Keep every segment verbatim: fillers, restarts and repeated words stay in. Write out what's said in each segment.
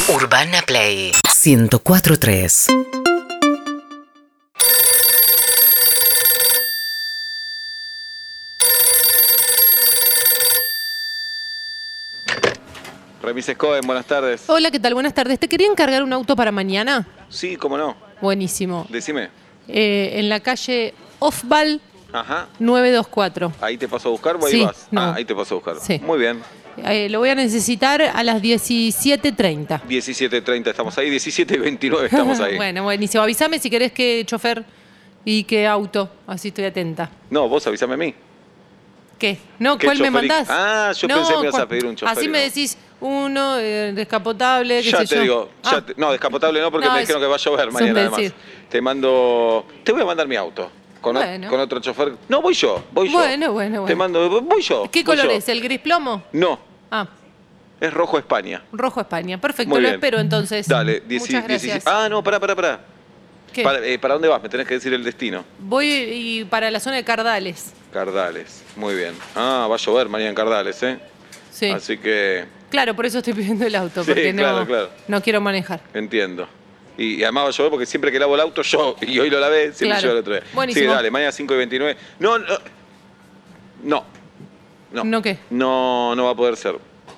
Urbana Play ciento cuatro punto tres. Remises Cohen, buenas tardes. Hola, ¿qué tal? Buenas tardes. ¿Te quería encargar un auto para mañana? Sí, cómo no. Buenísimo. Decime. Eh, en la calle Ofbal Ajá. nueve dos cuatro. ¿Ahí te paso a buscar o ahí Sí, vas? no. Ah, ahí te paso a buscar. Sí. Muy bien. Eh, lo voy a necesitar a las diecisiete treinta. diecisiete treinta estamos ahí, diecisiete veintinueve estamos ahí. Bueno, buenísimo. Avísame si querés qué chofer y qué auto. Así estoy atenta. No, vos avísame a mí. ¿Qué? ¿No? ¿Qué ¿Cuál me chofer y- mandás? Ah, yo pensé que me ibas a ¿cuál? pedir un chofer Así y me no. decís uno, eh, descapotable, qué Ya sé te yo. digo, ya Ah, te- no, descapotable no porque No, me es- dijeron que va a llover es mañana un además. decir. Te mando, te voy a mandar mi auto. Con, o- Bueno. con otro chofer. No, voy yo, voy yo. Bueno, bueno, Te bueno. mando, voy yo. ¿Qué voy color yo. es? ¿El gris plomo? No, Ah, es rojo España. rojo España. Perfecto, Muy lo bien. espero entonces. Dale, dieci- Muchas gracias. diecisiete. Ah, no, pará, pará, pará. ¿Qué? Para, eh, ¿Para dónde vas? Me tenés que decir el destino. Voy y para la zona de Cardales. Cardales, muy bien. Ah, va a llover mañana en Cardales, ¿eh? Sí. Así que Claro, por eso estoy pidiendo el auto, Sí, porque claro, no, claro. no quiero manejar. entiendo. Y, y además va a llover porque siempre que lavo el auto yo, y hoy lo lavé, siempre Claro. llueve el otro día. Buenísimo. Sí, dale, mañana cinco y veintinueve. No, no. No. No. ¿No qué? No, no va a poder ser.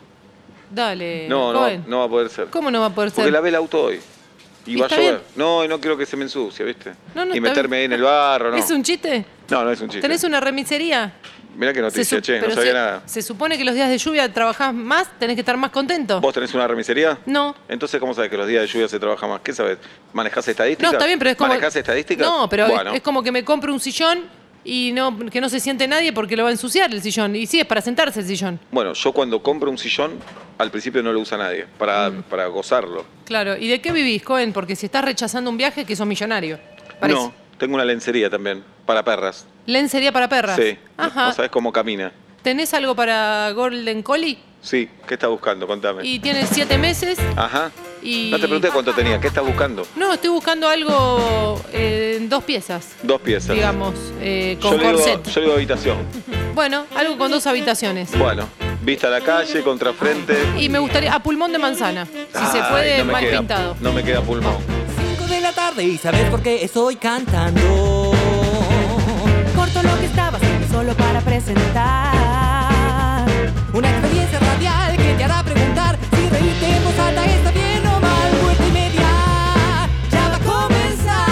Dale, No, no, Cohen. no va a poder ser. ¿Cómo no va a poder ser? Porque lavé el auto hoy. Y, ¿Y va a está llover. bien? No, y no quiero que se me ensucie, ¿viste? No, no, y está meterme bien. ahí en el barro, ¿no? ¿Es un chiste? No, no es un chiste. ¿Tenés una remisería? Mirá qué noticia, su- che, no pero sabía se, nada. se supone que los días de lluvia trabajás más, tenés que estar más contento. ¿Vos tenés una remisería? No. Entonces, ¿cómo sabes que los días de lluvia se trabaja más? ¿Qué sabes? ¿Manejás estadísticas? No, está bien, pero es como... ¿Manejás estadísticas? No, pero es- Bueno, es, como que me compro un sillón y no que no se siente nadie porque lo va a ensuciar el sillón. Y sí, es para sentarse el sillón. bueno, yo cuando compro un sillón, al principio no lo usa nadie, para, Mm. para gozarlo. Claro. ¿Y de qué vivís, Cohen? Porque si estás rechazando un viaje, que sos millonario. Parece. No, tengo una lencería también, para perras. ¿Lencería para perras? Sí, no- Ajá. no sabes cómo camina. ¿Tenés algo para Golden Collie? Sí, ¿qué estás buscando? Contame. Y tienes siete meses Ajá. y... No te pregunté cuánto tenía, ¿qué estás buscando? No, estoy buscando algo eh, en dos piezas, Dos piezas. digamos, eh, yo con le digo, corset. yo le digo habitación. Bueno, algo con dos habitaciones. Bueno, vista a la calle, contrafrente. Y me gustaría, a pulmón de manzana, si se Ay, puede, no me mal queda- pintado. No me queda pulmón. cinco de la tarde y sabes por qué estoy cantando. Corto lo que estaba haciendo solo para presentar una experiencia radial que te hará preguntar si reírte en voz alta está bien o mal. Vuelta y media ya va a comenzar.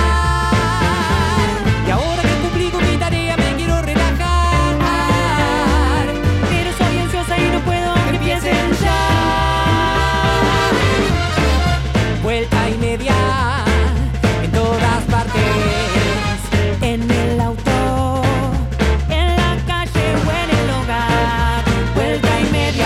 Y ahora que cumplí con mi tarea me quiero relajar. Pero soy ansiosa y no puedo que empiecen ya. Vuelta y media en todas partes, en el auto, en la calle o en el hogar. Vuelta y media.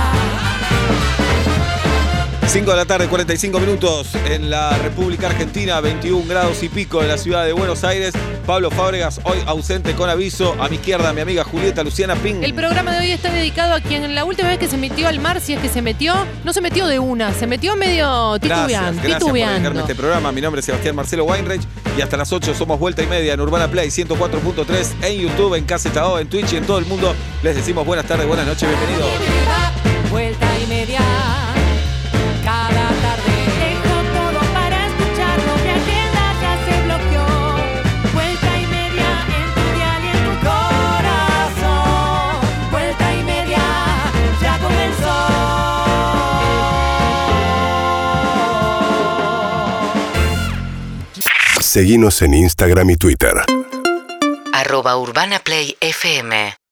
cinco de la tarde, cuarenta y cinco minutos en la República Argentina, veintiún grados y pico en la ciudad de Buenos Aires. Pablo Fábregas, hoy ausente con aviso. A mi izquierda, mi amiga Julieta Luciana Ping. El programa de hoy está dedicado a quien la última vez que se metió al mar, si es que se metió, no se metió de una, se metió medio titubeando. Gracias, gracias por dedicarme a titubeando. este programa. Mi nombre es Sebastián Marcelo Weinreich y hasta las ocho somos Vuelta y Media en Urbana Play ciento cuatro punto tres, en YouTube, en Caseta O, en Twitch y en todo el mundo. Les decimos buenas tardes, buenas noches, bienvenidos. Vuelta y media cada tarde. Dejo todo para escucharlo, mi agenda ya se bloqueó. Vuelta y media en tu dial y en tu corazón. Vuelta y media ya comenzó. Seguinos en Instagram y Twitter. Arroba Urbana Play F M.